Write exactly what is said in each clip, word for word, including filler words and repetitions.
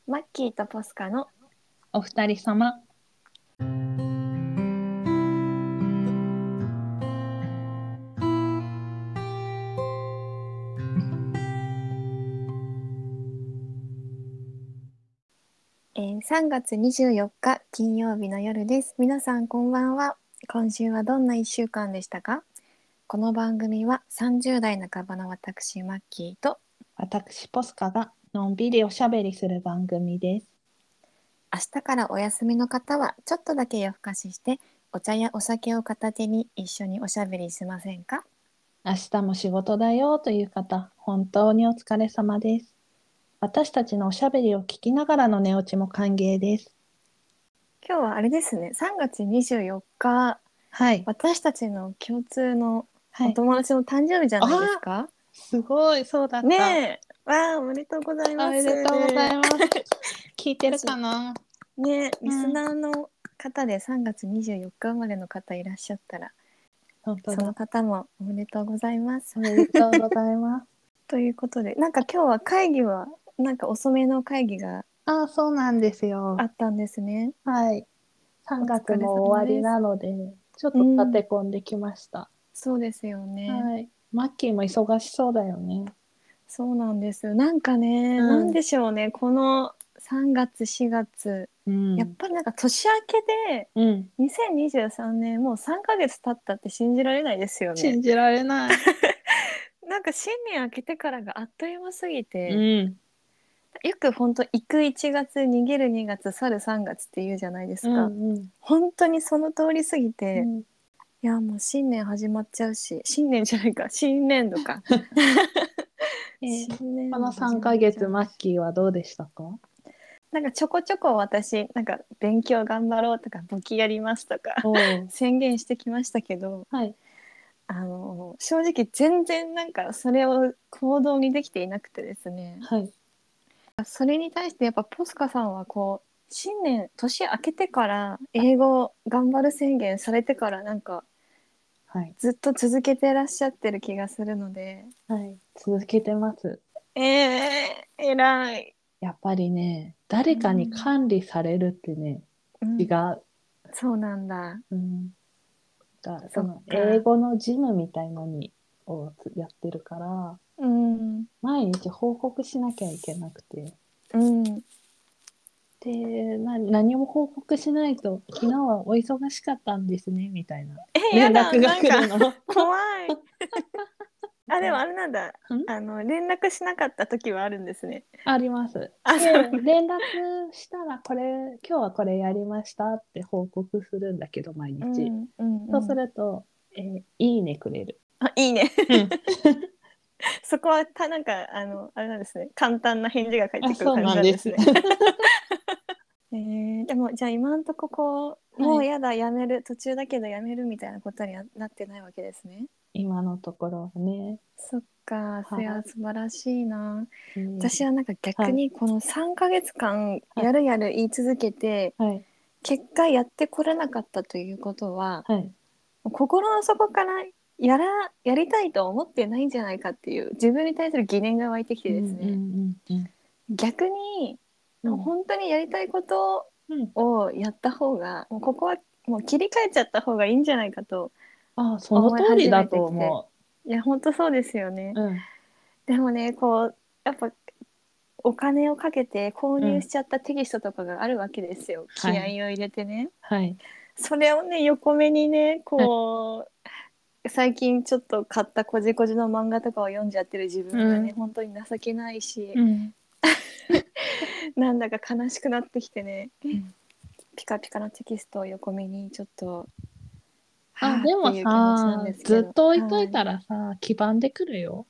マッキーとポスカのお二人様。 えー、さんがつにじゅうよっか金曜日の夜です。皆さんこんばんは。今週はどんないっしゅうかんでしたか？この番組はさんじゅう代半ばの私マッキーと、 私ポスカがのんびりおしゃべりする番組です。 明日からお休みの方はちょっとだけ夜更かししてお茶やお酒を片手に一緒におしゃべりしませんか？ 明日も仕事だよという方、本当にお疲れ様です。私たちのおしゃべりを聞きながらの寝落ちも歓迎です。 今日はあれですね、さんがつにじゅうよっか、 はい。 私たちの共通のはい。 お友達の誕生日じゃあないですあ、 か？ すごい、そうだった。 ねえ、わあ、おめでとうございおます。 めでとうございます。聞いてる私かな？ ね、リスうん。 ナーの方でさんがつにじゅうよっか生まれの方いらっしゃったら、その本当だ。 方もおめでとうございます。 おめでとうございます。 ということで、なんか今日は会議はなんか遅めの会議がああ、そうなんですよ。 あったんですね。 はい。3 お月疲れも終わり様です。 なので、ちょっと立うん、 て込んできました。 そうですよね。 はい。マッキーも忙しそうだよね。 そうなんです。なんかね、なんうん。 でしょうね、このさんがつしがつ、 うん。 やっぱりなんか年明けでうん。 にせんにじゅうさんねんもうさんかげつ経ったって信じられないですよね。 信じられない。 なんか新年明けてからがあっという間すぎうて、 ん。 よく本当行くいちがつ逃げるにがつ去るさんがつって言うじゃないでうすか。 ん。うん。 本当にその通りすぎて、 うん。 いやもう新年始まっちゃうし、新年じゃないか、新年度か。 えー新年この3 度始まっヶ月、 ちゃうし、 マッキーはどうでしたか？ なんかちょこちょこ私なんか勉強頑張ろうとか簿記やりますとかおー。 宣言してきましたけど、 はい。 あの正直全然なんかそれを行動にできていなくてですね。 はい。 それに対してやっぱポスカさんはこう新年年明けてから英語頑張る宣言されてからなんかはい。 ずっと続けてらっしゃってる気がするので、 はい。続けてます。 えー、偉い。 やっぱりね、 う誰かにん、 管理されるってね、違うん、 う。 そうなんだ。 うん。が、そそっの英か。 語のジムみたいのに、をやってるから、 うん、 毎日報告しなきゃいけなくて。 うん。 で、な、何も報告しないと、昨日はお忙しかったんですね、みたいなえ、やだ、 連絡がなんか来るの。 怖い。あ、でもだから、 あれなんだ。 んあの、連絡しなかった時はあるんですね。 あります。 あ、そうで、 なんだ。 連絡したら、これ、今日はこれやりましたって報告するんだけど、毎日。 うん、うん、 そうすうん。 ると、えーいいねくれる。 あ、いいね。 うん。 そこはた、なんか、あの、あれなんですね。簡単な返事が返ってあ、そうくる感じなんです。 なんですね。えー、でも、じゃあ今んとここう、 はい。 もうやだ、やめる、途中だけどやめるみたいなことにはなってないわけですね。 今のところはね。 そっか、それはは素晴らしいな。 い。いい。 私はなんか逆はい。 にこのさんかげつかんはい。 やるやる言い続けて、 はい。 結果やってこれなかったということは、 はい。 心の底からやら、やりたいと思ってないんじゃないかっていう自分に対する疑念が湧いてきてうんうですね。 んうんうん。 逆に、 うん。 本当にやりたいことうん。 をやった方が、もうここはもう切り替えちゃった方がいいんじゃないかとあ、その思い通りだ始めてきて。 と思いや、本当そうですよね。 う。うん。 でもね、こう、やっぱお金をかけて購うん。 入しちゃったテキストとかがあるわけですよ。気合をはい。 入れてね。 はい。 それをね、横目にね、 はい。 こう、最近ちょっと買ったこじこじの漫画とかを読んじゃってる自う分がね、 ん。 本当に情けないし、 うん。 なんだか悲しくなってきてね、 うん。 ピカピカのテキストを横目にちょっと、 あ、 はあってでもいう気持ちなんさ、 ですけど、 ずっと置いといはい。 たらさ、黄ばんでくるよ。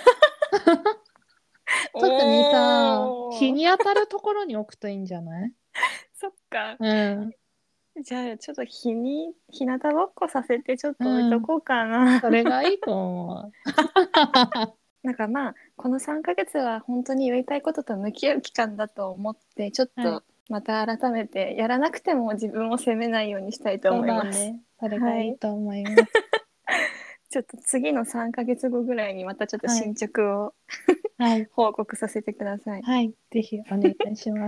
特にさ、日おー、 に当たるところに置くといいんじゃない？ そっか。 うん。 じゃあちょっと日に、日向ぼっこさせてちょっと置いうん。 とこうかな。 それがいいと思う。 なんかまあこのさんかげつは本当にやりたいことと向き合う期間だと思ってちょっはい。 とまた改めてやらなくても自分を責めないようにしたいとそう思います。 だね。それがはい。 いいと思います。 ちょっと次のさんかげつごぐらいにまたちょっと進はい。 捗をはい。 報告させてください。 はい。ぜひお願いします。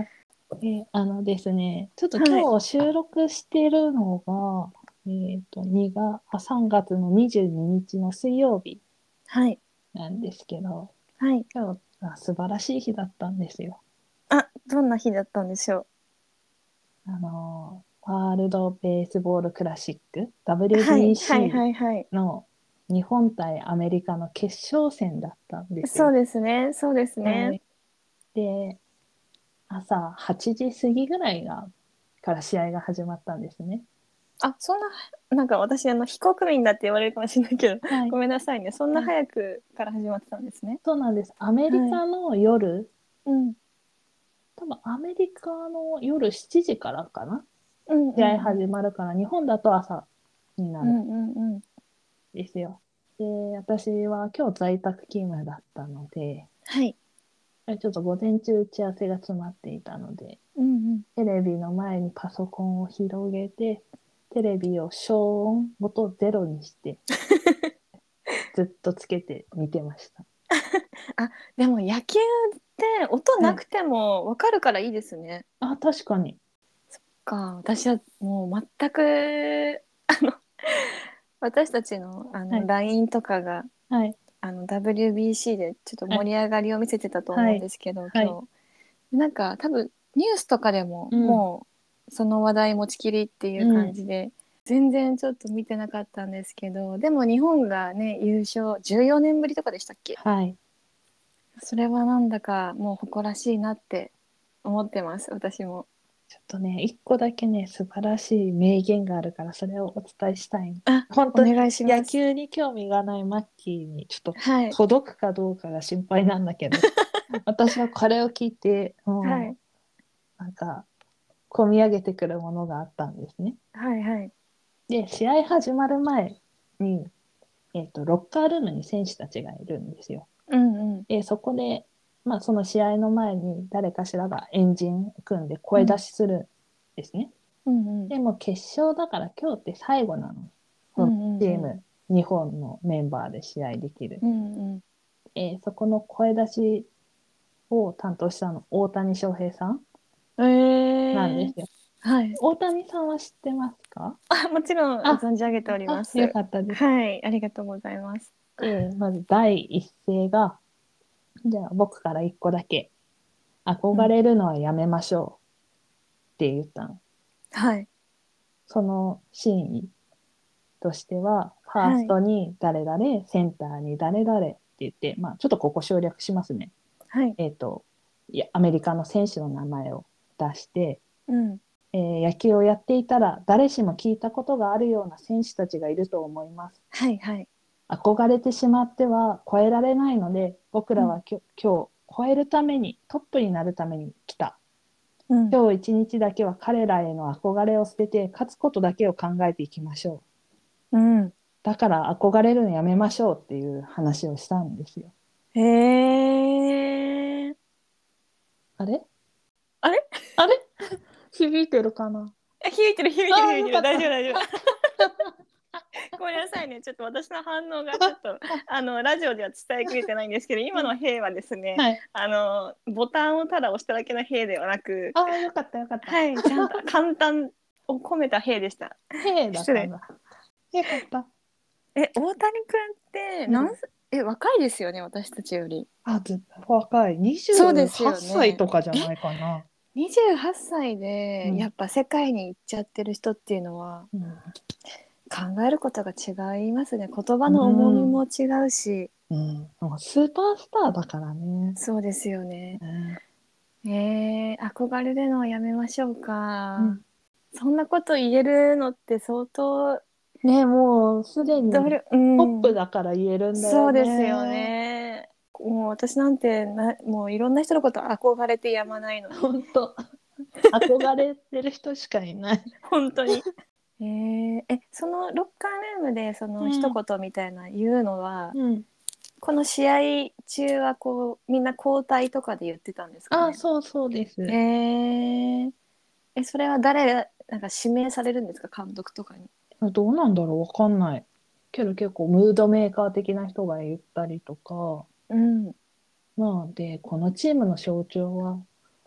え、あのですね、ちょっとはい。 今日収録してるのが、えっと、にが、あ、さんがつのにじゅうににちの水曜日はい。 なんですけど、 はい。 今日は素晴らしい日だったんですよ。 あ、どんな日だったんでしょあの、ワールドベースボールクラシック、 う。はい。はい。 ダブリュービーシはい。はい。 ー の日本対アメリカの決勝戦だったんですそうよ。 ですね。そうですね。 はい。で、朝はちじ過ぎぐらいが、から試合が始まったんですね。 あ、そんな、なんか私、あの、非国民だって言われるかもしれないけど、 はい。 ごめんなさいね。そんなはい。 早くから始まってたんですね。 そうなんです。アメリはい。 カの夜、 うん。 多分アメリカの夜しちじからかな、 うんう試合んうん。 始まるから、日本だと朝になるんうんうんうん。 ですよ。で、私は今日在宅勤務だったので、 はい。 ちょっと午前中打ち合わせが詰まっていたので、 うんうん。 テレビの前にパソコンを広げて、テレビを消音、音ゼロにして、ずっとつけて見てました。 あ、でも野球って音はい。 なくてもわかるからいいですね。 あ、確かに。 か、私はもう全く、あの、私たちの、あのはい。 ライン とかがはい。 あの ダブリュービーシー でちょっとはい。 盛り上がりを見せてたと思うんはい。 ですけど、 はい。 今日。なんか多分ニュースとかでもうん。 もうその話題持ちきりっていううん。 感じで、全然ちょっと見てなかったんですけど、でも日本がね、優勝じゅうよねんぶりとかでしたっけ？ はい。 それはなんだかもう誇らしいなって思ってます、私も。 ちょっとね、一個だけね、素晴らしい名言があるから、それをお伝えしたい。 あ、 本当にお願いします。 野球に興味がないマッキーにちょっとはい。 届くかどうかが心配なんだけど、私はこれを聞いて、もはい。 う、なんか、込み上げてくるものがあったんですね。 はいはい。 で、試合始まる前に、えっと、ロッカールームに選手たちがいるんですよ。 うんうん。 で、そこで、まあ、その試合の前に誰かしらがエンジン組んで声出うんしするんですね。 うんうん。 でも決勝だから今日って最後なの。そのうんうんうん。 チーム、日本のメンバーで試合できる。 うんうん。 えーそこの声出しを担当したの、大谷翔平さんえー、 なんですよ。 はい。 大谷さんは知ってますか？ あ、もちろんあ、 存じ上げておりまあ、よす。 かったです。 はい。ありがとうございます。 で、まず第一声が、じゃあ僕から一個だけ、 うん。 憧れるのはやめましょうって言ったの。 はい。 その真意としては、ファーはい。 ストに誰々、センターに誰々って言って、まあ、ちょっとここ省略しますね。 はい。 えっと、いや、アメリカの選手の名前を出して、 うん。 えー野球をやっていたら誰しも聞いたことがあるような選手たちがいると思います。 はいはい。 憧れてしまっては超えられないので、僕うん。 らはきょ今日超えるために、トップになるために来た。 うん。 今日一日だけは彼らへの憧れを捨てて、勝つことだけを考えていきましょう。 うん。 だから憧れるのやめましょうっていう話をしたんですよ。 へえー。 あれあれ？ あれ響いてるかな？ あ、響いてる響いてるああー、 響いてる。 よかった。 大丈夫大丈夫。ごめんなさいね。ちょっと私の反応がちょっと、あの、ラジオでは伝えきれてないんですけど、今の兵はですね、 はい。 あの、ボタンをただ押しただけの兵ではなく、 ああ、よかったよかった。 はい、ちゃんと簡単を込めた兵でした。 へえだっ失礼。 たんだ。よかった。 え、大谷くんって何うん。 え、若いですよね、私たちより。 あ、ずっと若い。 そうです 28 よね。 歳とかじゃえ、 ないかな。 にじゅうはっさいでやうん。 っぱ世界に行っちゃってる人っていうのはうん。 考えることが違いますね。言葉うの重みん。 も違うし。 うん。なんかスーパースターだからね。 そうですよね。 ね。 えー、憧れるのはやめましょうか。 うん。 そんなこと言えるのって相当ね、もうすでに努力、うトップん、 だから言えるんだよそうですよね。 ね。もう私なんてな、もういろんな人のこと憧れてやまないのに、 本当。憧れてる人しかいない。 本当に。えー、え、そのロッカールームでその一うん。 言みたいな言うのは、 うん。 この試合中はこうみんな交代とかで言ってたんですかあ、 ね。 そうそうでえす。 ー、え、それは誰がなんか指名されるんですか、監督とかに。 どうなんだろう、わかんない。けど結構ムードメーカー的な人が言ったりとか、 うん。 まあで、このチームの象徴は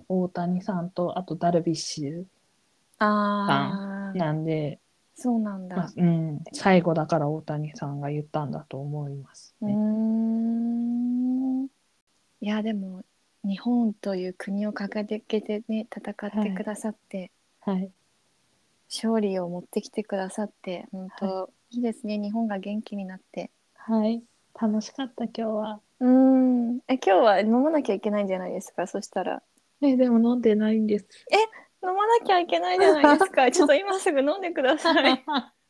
大谷さんとあとダルビッシュさんああ、 なんで、 そうなんまあだ。 うん、最後だから大谷さんが言ったんだと思いますうーね。 ん。いや、でも、日本という国を掲げてね、戦っはい。 てくださって、 はい。 勝利を持ってきてくださって、本はい。 当いいですね。日本が元気になって。 はい。楽しかった今日は。 うーん。え、今日は飲まなきゃいけないんじゃないですか、そしたら。 え、でも飲んでないんです。 え、飲まなきゃいけないじゃないですか。ちょっと今すぐ飲んでください。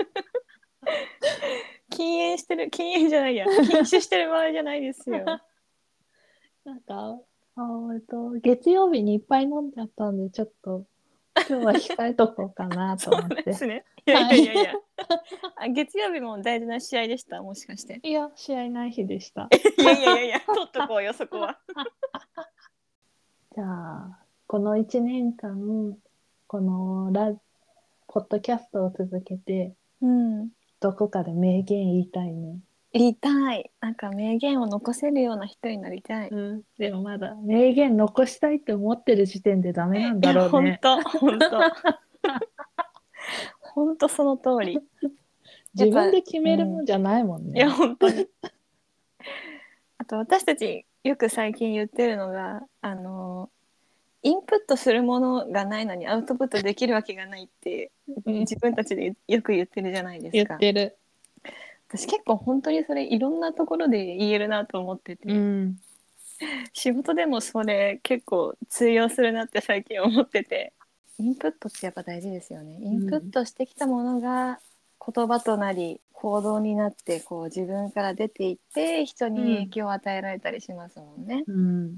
禁煙してる、禁煙じゃないや。禁酒してる場合じゃないですよ。 なんか、あえっと、月曜日にいっぱい飲んじゃったんで、ちょっと今日は控えとこうかなとそう思って。 ですね。いやいはい。 やいやいや。あ、月曜日も大事な試合でした、もしかして。 いや、試合ない日でした。 いやいやいやいや、取っとこうよ、そこは。 じゃあ、このいちねんかん、このラ、ポッドキャストを続けて、 うん。 どこかで名言言いたいね。 言いたい。なんか名言を残せるような人になりたい。 うん。でもまだ名言残したいって思ってる時点でダメなんいや、 だろうね。 ほんと、ほんと。ほんとその通り。やっ自分ぱ、 で決めるもうん。 んじゃないもんいや、 ね。 本当に。あと私たちよく最近言ってるのが、あの、インプットするものがないのにアウトプットできるわけがないってうん。 自分たちでよく言ってるじゃないです言っか。 てる。 私結構本当にそれいろんなところで言えるなと思ってて、 うん。 仕事でもそれ結構通用するなって最近思ってて、インプットってやっぱ大事ですよね。インプッうん。 トしてきたものが言葉となり行動になって、こう自分から出ていって人に影うん。 響を与えられたりしますもんね。 うん。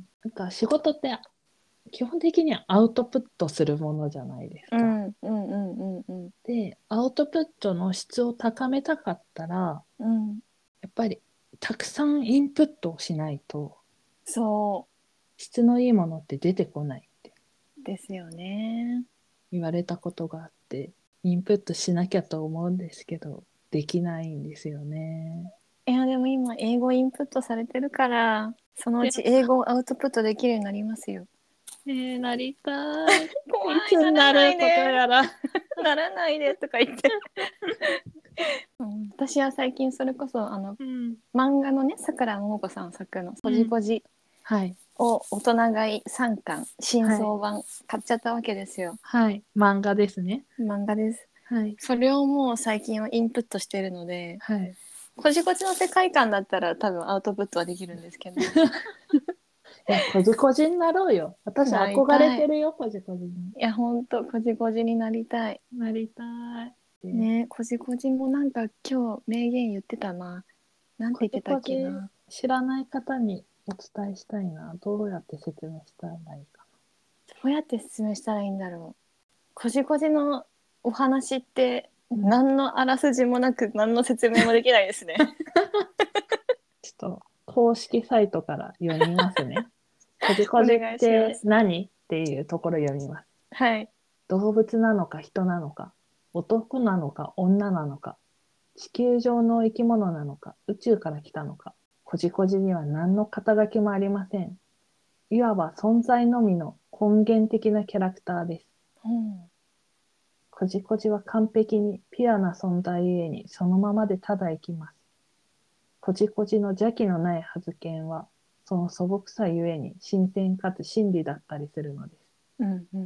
なんか仕事って基本的にはアウトプットするものじゃないですか。 うんうんうんうんうんで、アウトプットの質を高めたかったら、 うんやっぱりたくさんインプットをしないとそ質のいいものって出てこないってうですよね。 言われたことがあって、インプットしなきゃと思うんですけど、できないんですよね。 いやでも今英語インプットされてるからそのうで、 ち英語をアウトプットできるようになりますよ。 ねえ、なりたい。 怖いつい、ならになることないで、 やら。 ならないでとか言って、うん、私は最近それこそあのうん。 漫画のね、さくらももこさん作の「こうん。 じこじ」 はい。 を大人買いさんかん新はい。 装版買っちゃったわけですよ。 はい。漫画ですね。 漫画です。 はい。 それをもう最近はインプットしてるので、 はい。 こじこじの世界観だったら多分アウトプットはできるんですけど、 いや、こじこじになろうよ。私なり憧れたい。 てるよ、こじこじに。 いやほんとこじこじになりたい。 なりたい。で、 ね、こじこじもなんか今日名言言ってたな。なんこじて言ってたっこじけな。 知らない方にお伝えしたいな。どうやって説明したらいいかどうやって説明したらいいんだろう。こじこじのお話ってな。うん。 何のあらすじもなく何の説明もできないですね。 ちょっと、公式サイトから読みますね。こじこおじっ願いしまてす。 何っていうところ読みます。 はい。 動物なのか人なのか、男なのか女なのか、地球上の生き物なのか、宇宙から来たのか、こじこじには何の肩書きもありません。いわば存在のみの根源的なキャラクターです。 うん、 こじこじは完璧にピュアな存在ゆえにそのままでただ生きます。こじこじの邪気のない発言は、その素朴さゆえに新鮮かつ真理だったりするのです。 うんうん。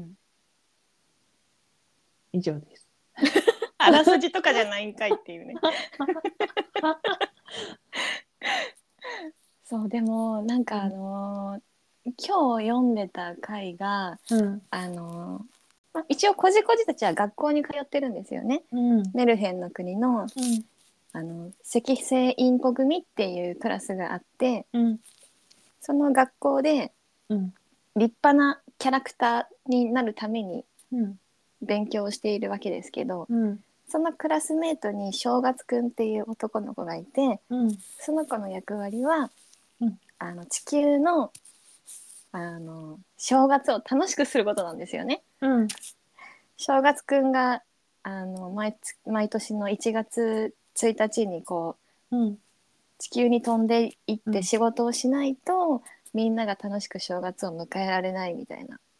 以上です。 あらすじとかじゃないんかいっていうね。そうでもなんかあうん。 のー今日読んでた回がうん。 あのーまあ、一応こじこじたちは学校に通ってるんですよね。 うん。 メルヘンの国のうん。 あの赤星インコ組っていうクラスがあって、 うん。 その学校でうん。 立派なキャラクターになるためにうん。 勉強をしているわけですけど、 うん。 そのクラスメートに正月くんっていう男の子がいて、 うん。 その子の役割はうん。 あの地球のあの正月を楽しくすることなんですよね。 うん。 正月くんがあの 毎, 毎年のいちがつついたちにこううん。 地球に飛んでいっうん。 て仕事をしないとみんなが楽しく正月を迎えられないみたいな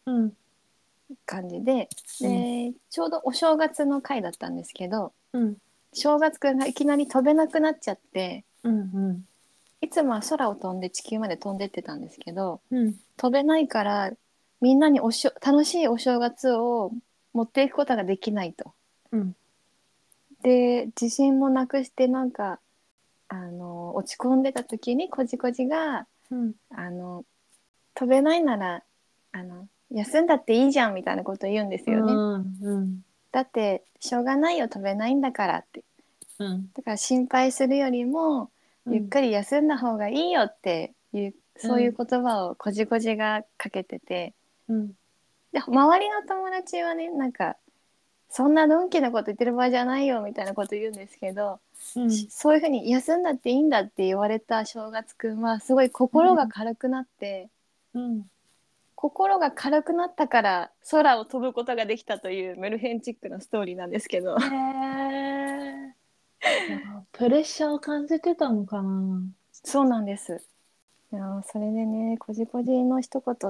うん感じで、 うんでちょうどお正月の回だったんですけど、 うん正月くんがいきなり飛べなくなっちゃって、 うんうんいつもは空を飛んで地球まで飛んでってたんですけど、 うん飛べないからみんなにおしょ楽しいお正月を持っていくことができないと。 うんで自信もなくして、なんかあの落ち込んでた時にこじこじがうんあの飛べないならあの休んだっていいじゃんみたいなことを言うんですうよね。 んうんだってしょうがないよ飛べないんだからって。 うんだから心配するよりもゆっうんくり休んだ方がいいよっていう、そういううん言葉をこじこじがかけてて、 うんで周りの友達はね、なんかそんなのんきなこと言ってる場合じゃないよみたいなこと言うんですけど、 うんそういうふうに休んだっていいんだって言われた正月くんはすごい心が軽くなって、 うん心が軽くなったから空を飛ぶことができたというメルヘンチックなストーリーなんですけど。 へえ。いや、プレッシャーを感じてたのかな。 そうなんです。いやそれでね、こじこじの一言って、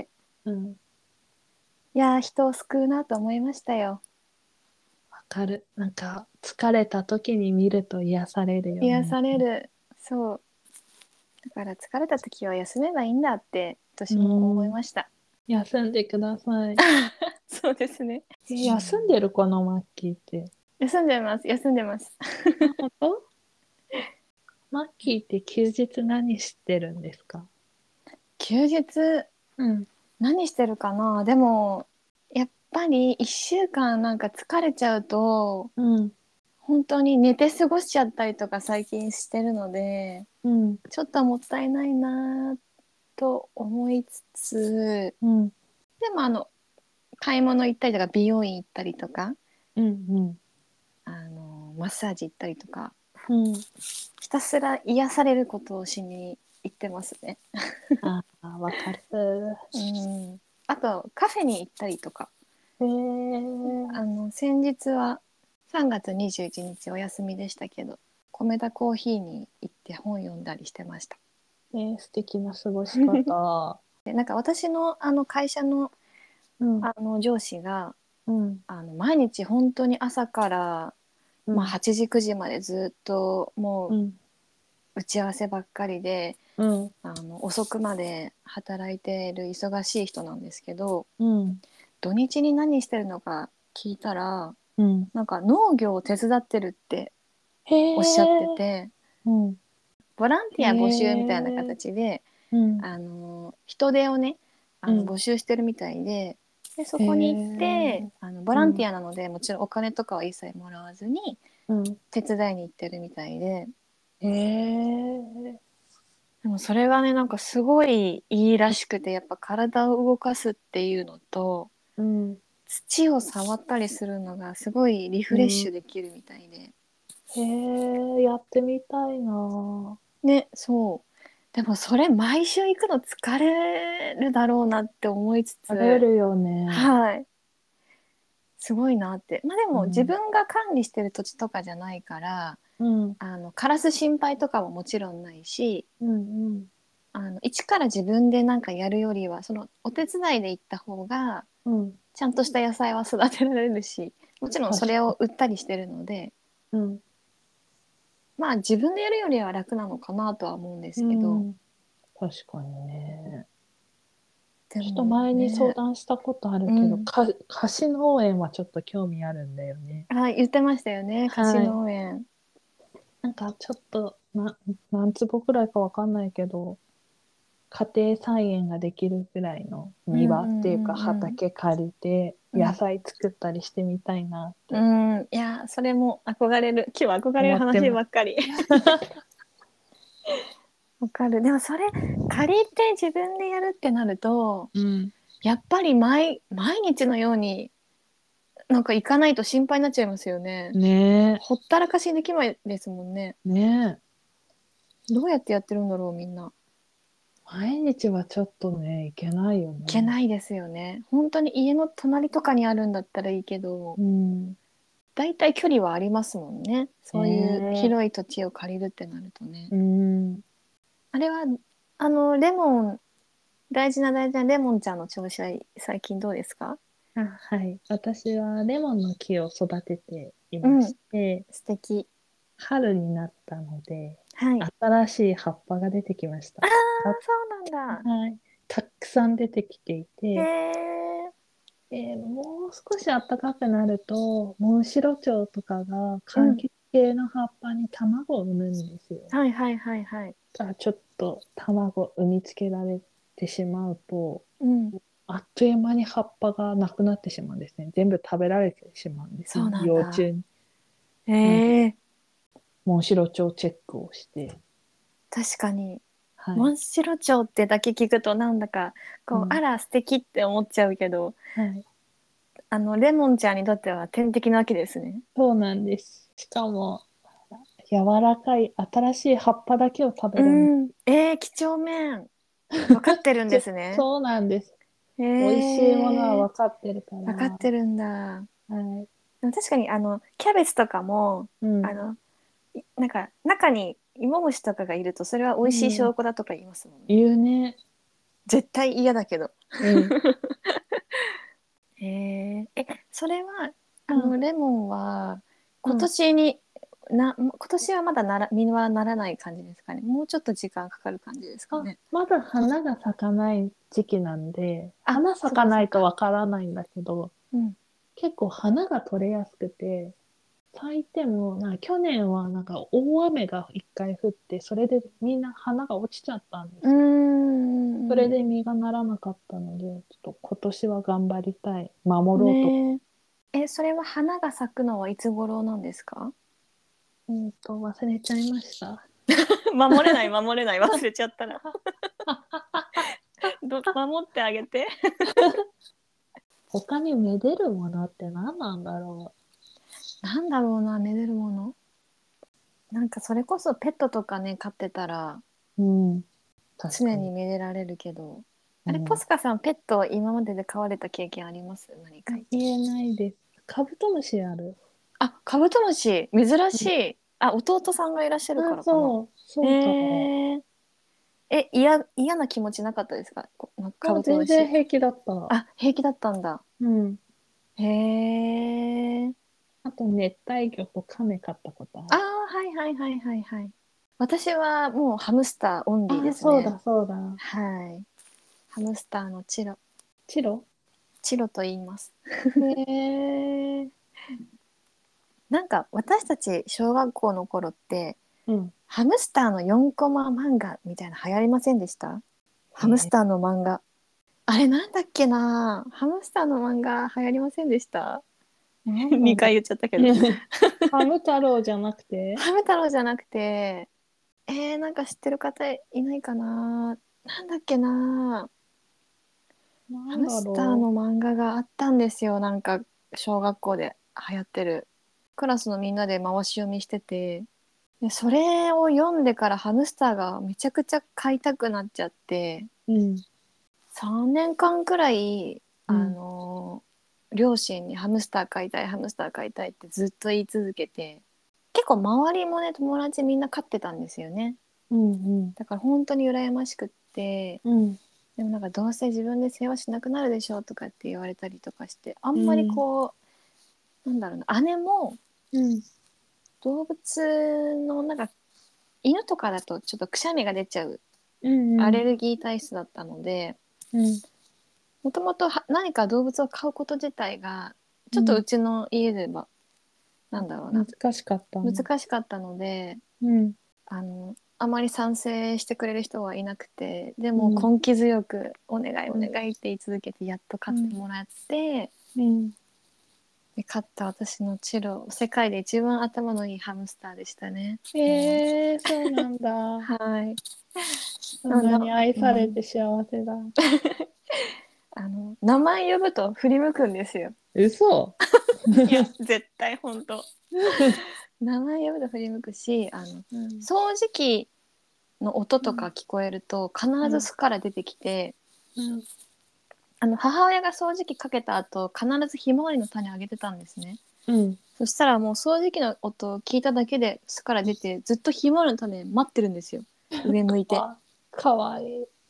うん。 いや人を救うなと思いましたよ。 わかる。なんか、疲れた時に見ると癒されるよ癒ね。 される。そうだから疲れた時は休めばいいんだってう私も思いん。 ました。 休んでください。 そうですね。 え、休んでるかな、マッキーって。 休んでます休んでます。 あ、本当？マッキーって休日何してるんですか？ 休日うん。 何してるかな。でもやっぱりいっしゅうかんなんか疲れちゃうとうん。 本当に寝て過ごしちゃったりとか最近してるので、 うん。 ちょっともったいないなと思いつつ、 うん。 でもあの買い物行ったりとか美容院行ったりとか、 うん。うん。 あのマッサージ行ったりとか、 うん。 ひたすら癒されることをしに行ってますね。 ああ、わかる。 うん、あとカフェに行ったりとか、 へえ。 あの先日はさんがつにじゅういちにちお休みでしたけど、米田コーヒーに行って本読んだりしてました。 えー、素敵な過ごし方。 でなんか私のあの会社の、 うん。 あの上司がうん。 あの毎日本当に朝から、まあ、 うん。 はちじくじまでずっともううん。 打ち合わせばっかりで、 うん。 あの遅くまで働いている忙しい人なんですけど、 うん。 土日に何してるのか聞いたら、 うん。 なんか農業を手伝ってるってへおっしゃってえ。 て、 うん。 ボランへティア募集みたいなえ。 形でうん。 あの人手をね、あのうん。 募集してるみたいで、でそへこに行ってえ。 あのボランテうん。 ィアなのでもちろんお金とかは一切もらわずにうん。 手伝いに行ってるみたいで、 へえ。 でもそれがねなんかすごいいいらしくて、やっぱ体を動かすっていうのとうん。 土を触ったりするのがすごいリフレッうん。 シュできるみたいで、 へえ、やってみたいな。 ね、そうでもそれ毎週行くの疲れるだろうなって思いつつ、 あれるよね。 はいすごいなって。まあでも自うん。 分が管理してる土地とかじゃないから、 うん。 あの枯らす心配とかももちろんないし、 うん。うん。 あの一から自分でなんかやるよりはそのお手伝いで行った方がうん。 ちゃんとした野菜は育てられるし、もちろんそれ確かに。 を売ったりしてるので、 うん。 まあ自分でやるよりは楽なのかなとは思うんでうすけど、 ん。確かにね。ちょっとでも前に相ね、 談したことあるけど、 うん、 か、貸し農園はちょっと興味あるんだよね。 あ、言ってましたよね、貸しはい。 農園。 なんかちょっと、な、何坪くらいかわかんないけど、家庭菜園ができるくらいのうんう庭っていうかんうん畑借りてうん。 野菜作ったりしてみたいなっうてん、いや、それも憧れる。今日は憧れる思ってます。 話ばっかり。わかる。でもそれ借りて自分でやるってなると、 うん。 やっぱり毎毎日のようになんか行かないと心配になっちゃいますよね。 ねほったらかしにできないですもんね。 え、ねえ。 どうやってやってるんだろうみんな。 毎日はちょっとね、いけないよいけね。 ないですよね。本当に家の隣とかにあるんだったらいいけど、 うん。 だいたい距離はありますもんね。そういうね広い土地を借りるってなるとね。 え。うん。 あれはあのレモン大事な大事なレモンちゃんの調子は最近どうですか？ あ、はい。私はレモンの木を育てていましうん、 て、 素敵。 春になったので、 はい。 新しい葉っぱが出てきましああ、 た。た、 そうなんだ。 はい。たくさん出てきていへて、 え。 えーもう少し暖かくなると、モンシロチョウとかがうん。 柑橘系の葉っぱに卵を産むんですよ。 はいはいはいはい。 あ、ちょっと卵産みつけられてしまうと、 うん。 あっという間に葉っぱがなくなってしまうんですね。全部食べられてしまうんですね。 そうなんだ。 幼虫に。 へなんで、 え。 モンシロチョウチェックをして、 確かに。 はい。 モンシロチョウってだけ聞くとなんだか、こう、あうん。 ら、素敵って思っちゃうけど、 はい。 あの、レモンちゃんにとっては天敵なわけですね。 そうなんです。しかも、柔らかい新しい葉っぱだけを食べうるんでん。えー、几帳面。わかってるんです。 すね。 そうなんです。 へ美味しいものはえ。 分かってるから。 わかってるんだ。 はい。 でも確かに、あの、キャベツとかも、 うん。 あの、いなんか、中に芋虫とかがいると、それは美味しいうん。 証拠だとか言いますもんね。 言うね。 絶対嫌だけど。 うん。 へえ。え、それは、あうん。 の、レモンは、今うん。 年に、な、今年はまだなら、実はならない感じですかね。もうちょっと時間かかる感じですかあ、 ね。 まだ花が咲かない時期なんで、 あ、 花咲そっかないとかそっか。 わからないんだけど、 うん。 結構花が取れやすくて、咲いても、なんか去年はなんか大雨が一回降って、それでみんな花が落ちちゃったんでうーすよ。それん。 で実がならなかったので、ちょっと今年は頑張りたい。守ろうと。 ねえ。え、それは花が咲くのはいつ頃なんですか？ うんと、忘れちゃいました。 守れない守れない忘れちゃったらど守ってあげて。 他にめでるものって何なんだろなんだろうな、めでるもの。なんかそれこそペットとかね飼ってたらう。うん。確かに。 常にめでられるけど、あれ、ポうん。 スカさんペット今までで飼われた経験あります？何か。 言えないです。カブトムシある。 あ、カブトムシ珍しうん。 い。あ、弟さんがいらっしゃるかあ、 らかな。 そう、 へそうかも。 え。え、嫌嫌な気持ちなかったですか？こなんかカもうブトムシ。 全然平気だった。 あ、平気だったんだ。 うん。 へえ。 あと、熱帯魚とカメ飼ったことああー、 る。 はいはいはいはいはい。私はもうハムスターオンリーであ、 すね。 そうだ、そうだ。 はい。ハムスターのチロ、 チロ。 チロと言います。 へえ。 なんか私たち小学校の頃ってうん。 ハムスターのよんコマ漫画みたいな流行りませんでした？ハムスへえ。 ターの漫画。あれなんだっけな、ハムスターの漫画流行りませんでした？ なんだにろ回言っちゃったけう。 ど。 ハム太郎じゃなくて、 ハム太郎じゃなくて、えー、なんか知ってる方いないかな。なんだっけな。 なんハムだろスターの漫画があったんですよ。なんか小学校で流行ってる。クラスのみんなで回し読みしてて。で、それを読んでからハムスターがめちゃくちゃ飼いたくなっちゃって、 う。うん。 さんねんかんくらい、あうん。 の両親にハムスター飼いたい、ハムスター飼いたいってずっと言い続けて、結構周りもね、友達みんな飼ってたんですよね。 うん。うん。 だから本当に羨ましくって、 うん。 でもなんかどうせ自分で世話しなくなるでしょとかって言われたりとかして、あんまりうん。 こう、なんだろうな、姉もうん。 動物のなんか犬とかだとちょっとくしゃみが出ちゃううん。うん。 アレルギー体質だったので、 うん。 もともと何か動物を飼うこと自体がちょっとうん。 うちの家ではなんだろうな、 難しかったんだ。 難しかったので、 うん。 あのあまり賛成してくれる人はいなくて、でうん。 も根気強くお願いおうん。 願いって言い続けてやっと飼うん。 ってもらって、 うん。 で飼った私のチロ、世界で一番頭のいいハムスターでしたね。もう、 ええ、そうなんだ。 はい。 そんななな、 に愛うん、 されて幸せだ。 あの名前呼ぶと振り向くんですよ。 嘘。 いや絶対本当。名前呼ぶと振り向くし、あのうん。 掃除機の音うん。 とか聞こえると必うん。 ず巣から出てきて、 うん。 あの母親が掃除機かけた後必ずひまわりの種あげてたんですね。 うん。 そしたらもう掃除機の音を聞いただけで巣から出てずっとひまわりの種待ってるんですよ、上向いて。 あ、かわいい。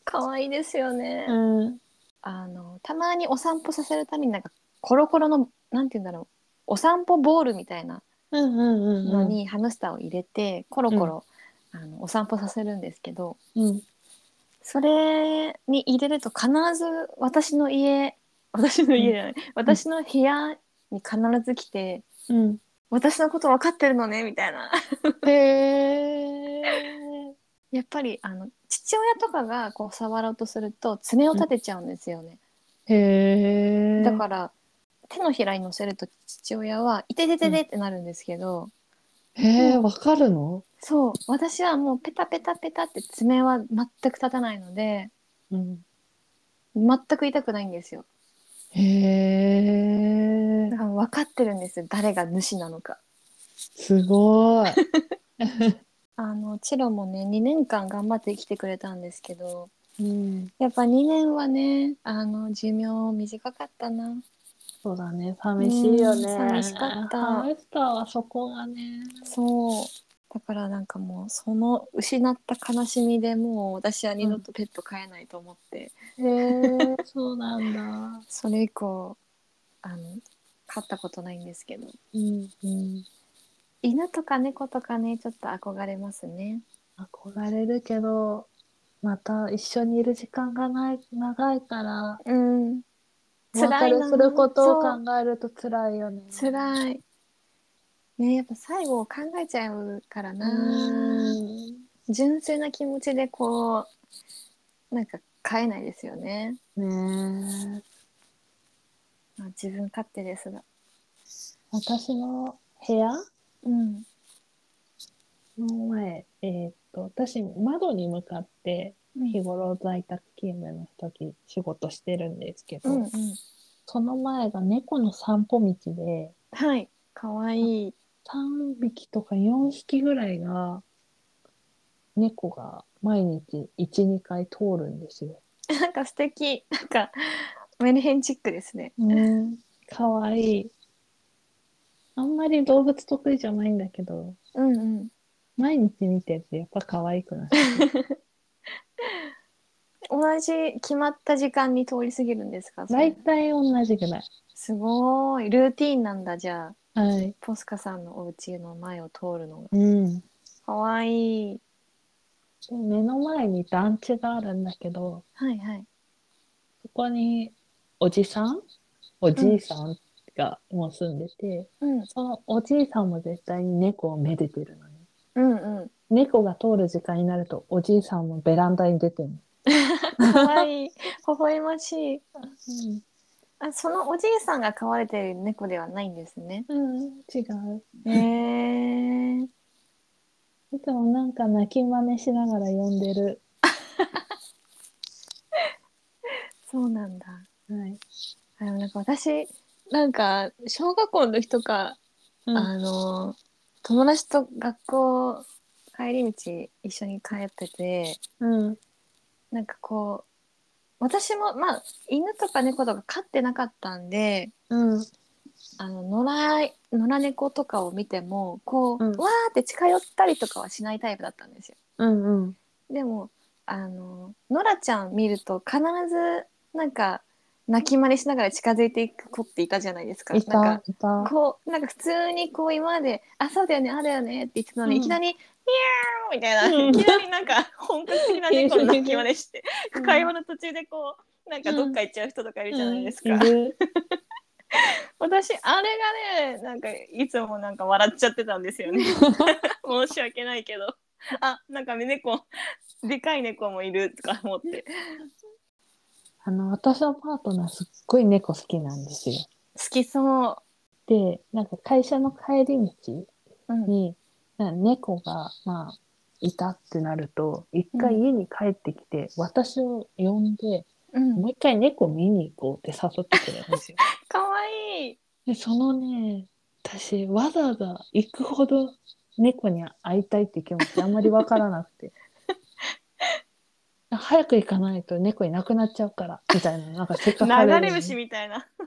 可愛いですよね。 うん。 あのたまにお散歩させるためになんかコロコロのなんて言うんだろう、お散歩ボールみたいなうんうんうんうん。 のにハムスターを入れてコロうんコロあのお散歩させるんですけど、 うん。 それに入れると必ず私の家私のうん家じゃない私の部屋に必ず来て、 うん。 私のこと分かってるのねみたいな。 へえ。 やっぱりあの父親とかがこう触ろうとすると爪を立てちゃうんですよね。 へえ。 だから手のひらに乗せると父親は「いてててて」 うん。 ってなるんですけど、 へえ、 もうわかるの？ そう私はもうペタペタペタって爪は全く立たないのでうん。 全く痛くないんですよ。 へえ。 だから分かってるんですよ、誰が主なのか。 すごい。 あのチロもねにねんかん頑張って生きてくれたんですけど、 うん。 やっぱにねんはねあの寿命短かったな。 そうだね。 う寂しいよん寂しかっね。ハた。 ムスターはそこがね。 そうだからなんかもうその失った悲しみでもう私は二度うん。 とペット飼えないと思って、 へえ、そうなんだ。 それ以降あの飼ったことないんですけど、 うんうん。 犬とか猫とかねちょっと憧れますね。 憧れるけど、また一緒にいる時間がない、長いから、 うんお別辛いな。 れすることを考そうえると辛いよね。 辛いね。やっぱ最後を考えちゃうからうーな。 ん。 純粋な気持ちでこうなんか飼えないですよね。 ねえ。 まあ、自分勝手ですが。 私の部屋うんの前、えーっと、私、窓に向かってうん日頃在宅勤務の時、仕事してるんですけど、 うんうん。 その前が猫の散歩道で、 はい、かわいい。 さんびきとかよんひきぐらいが、猫が毎日いち、にかい通るんですよ。 なんか素敵。なんかメルヘンチックですね。 うん、かわいい。あんまり動物得意じゃないんだけど、 うんうん。 毎日見てるとやっぱ可愛くなってくる。 同じ決まった時間に通り過ぎるんですか、それ。 大体同じぐらい。 すごい。ルーティーンなんだ、じゃあ。 はい。 ポスカさんのお家の前を通るのが。 うん。 かわいい。 で目の前に団地があるんだけど、 はいはい。 そこにおじさんおうん。 じいさんがもう住んでて、 うん。 そのおじいさんも絶対に猫をめでてるのね。 うんうん。 猫が通る時間になるとおじいさんもベランダに出てるの。 かわいい。微笑ましい。 うん、 あ、そのおじいさんが飼われている猫ではないんですね。 うん、違う。 へえー。 いつもなんか泣き真似しながら呼んでる。 そうなんだ。 はい。 あの、なんか私、なんか、小学校の時とか、 うん、 あの、友達と学校帰り道一緒に帰ってて、 うん、 なんかこう、私も、まあ、犬とか猫とか飼ってなかったんで、 うん、 あの、野良、野良猫とかを見ても、こう、 うん、 わーって近寄ったりとかはしないタイプだったんですよ。 うん、うん。 でも、あの、ノラちゃん見ると必ず、なんか、泣き真似しながら近づいていく子っていたじゃないですか。 いた、 なんか、 いた。 こう、なんか普通にこう今まで、あ、そうだよね、あだよねって言ってたのに、いきうん、 なり、ニャーみたいな、 うん。 いきなりなんか本格的ない猫の泣き真るいる。 似して、 うん、 会話の途中でこう、なんかどっうん、 か行っちゃう人とかいるじゃないうん、 ですか。 いる。 私、あれがね、なんかいつもなんか笑っちゃってたんですよね。申し訳ないけど。あ、なんか猫、でかい猫もいるとか思って。 あの、私のパートナーすっごい猫好きなんですよ。 好きそで、なんか会社の帰り道う。うん。 に、なんか猫が、まあ、いたってなると、一うん。 回家に帰ってきて、私を呼んで、 うん。 もう一回猫見に行こうって誘ってくるんですよ。 かわいい。 で、そのね、私、わざわざ行くほど猫に会いたいって気持ちあんまりわからなくて、早く行かないと猫いなくなっちゃうから、みたいな、なんかせかされ流れ星るの。 みたいな。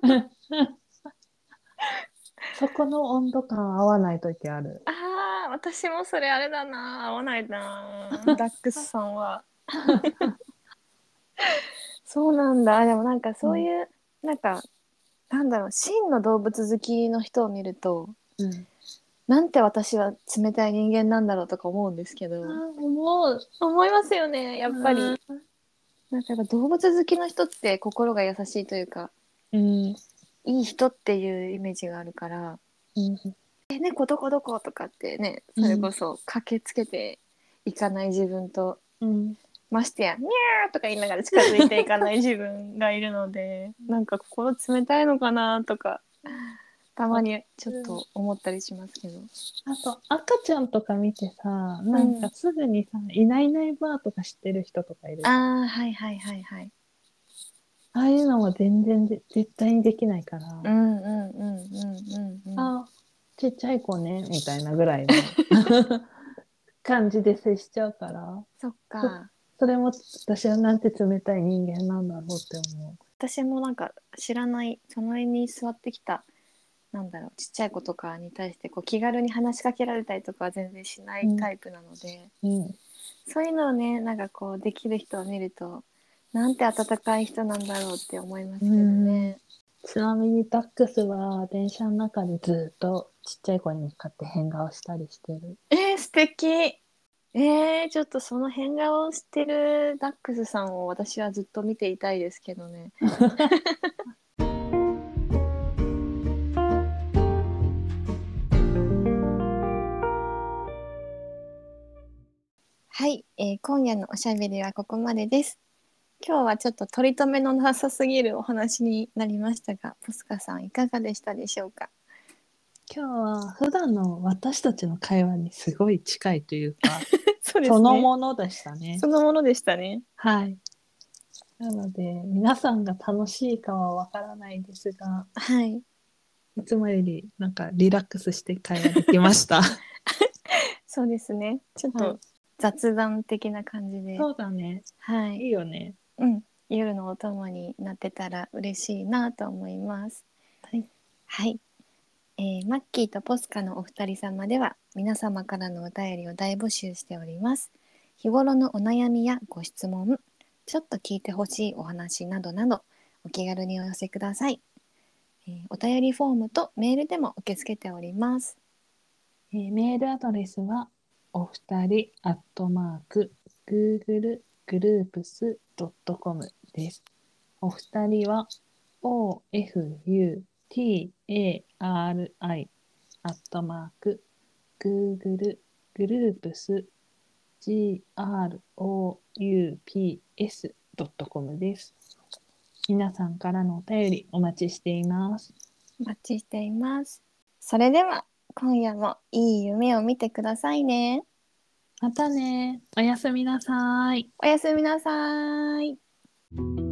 そこの温度感合わないときある。 ああ、私もそれあれだな。合わないな。ダックスさんは。 そうなんだ。でもなんかうん。 そういう、なんかなんだろう、真の動物好きの人を見ると、 うん。 なんて私は冷たい人間なんだろうとか思うんですけあど、 ー、思う。 思いますよね、やっぱり。 うん。 なんかやっぱ動物好きの人って心が優しいというか、 うん。 いい人っていうイメージがあるから、 うん。 え、猫どこどことかってね、 うん。 それこそ駆けつけていかない自分と、 うん。 ましてや、にゃーとか言いながら近づいていかない自分がいるので、なんか心冷たいのかなとか、たまわかにちょっる。 と思ったりしますけど。 あと、赤ちゃんとか見てさ、なんかうん。 すぐにさ、いないいないばあとか知ってる人とかいるあじゃん。 あ、はいはいはいはい。 ああいうのも全然で絶対にできないから、 うんうんうんうんうんうん。 あ、ちっちゃい子ね、みたいなぐらいの感じで接しちゃうから、 そっそ、 か。 それも私はなんて冷たい人間なんだろうって思私もなんか知らない隣に座ってきた、なんだろう、ちっちゃい子とかに対してこう気軽に話しかけられたりとかは全然しなう。 いうん、 タイプなので、 うん。 そういうのをね、なんかこうできる人を見ると、なんて温かい人なんだろうって思いまうすけどん。 ね。 ちなみにダックスは電車の中でずっとちっちゃい子に向かって変顔したりしてる。 えー、素敵。えー、ちょっとその変顔をしてるダックスさんを私はずっと見ていたいですけどね。はい、えー今夜のおしゃべりはここまでです。今日はちょっと取り留めのなさすぎるお話になりましたが、ポスカさんいかがでしたでしょうか。 今日は普段の私たちの会話にすごい近いというか、 そうでそのすね。 ものでしたね。 そのものでしたね。 はい。なので、皆さんが楽しいかはわからないですが、 はい。 いつもよりなんかリラックスして会話できました。 そうですね。ちょっとはい。 雑談的な感じで、 そうだね。 はい。 いいよね。 うん。夜のお供になってたら嬉しいなと思います。 はい。 はい。えーマッキーとポスカのお二人様では皆様からのお便りを大募集しております。日頃のお悩みやご質問、ちょっと聞いてほしいお話などなどお気軽にお寄せください。えーお便りフォームとメールでも受け付けております。 えーメールアドレスは、お二人アットマーク、Google グループスドットコムです。お二人は、オーエフユーティーエーアールアイ アットマーク、Google グループス グループスドットコムです。皆さんからのお便りお待ちしています。 お待ちしています。それでは今夜もいい夢を見てくださいね。 またね。おやすみなさい。 おやすみなさい。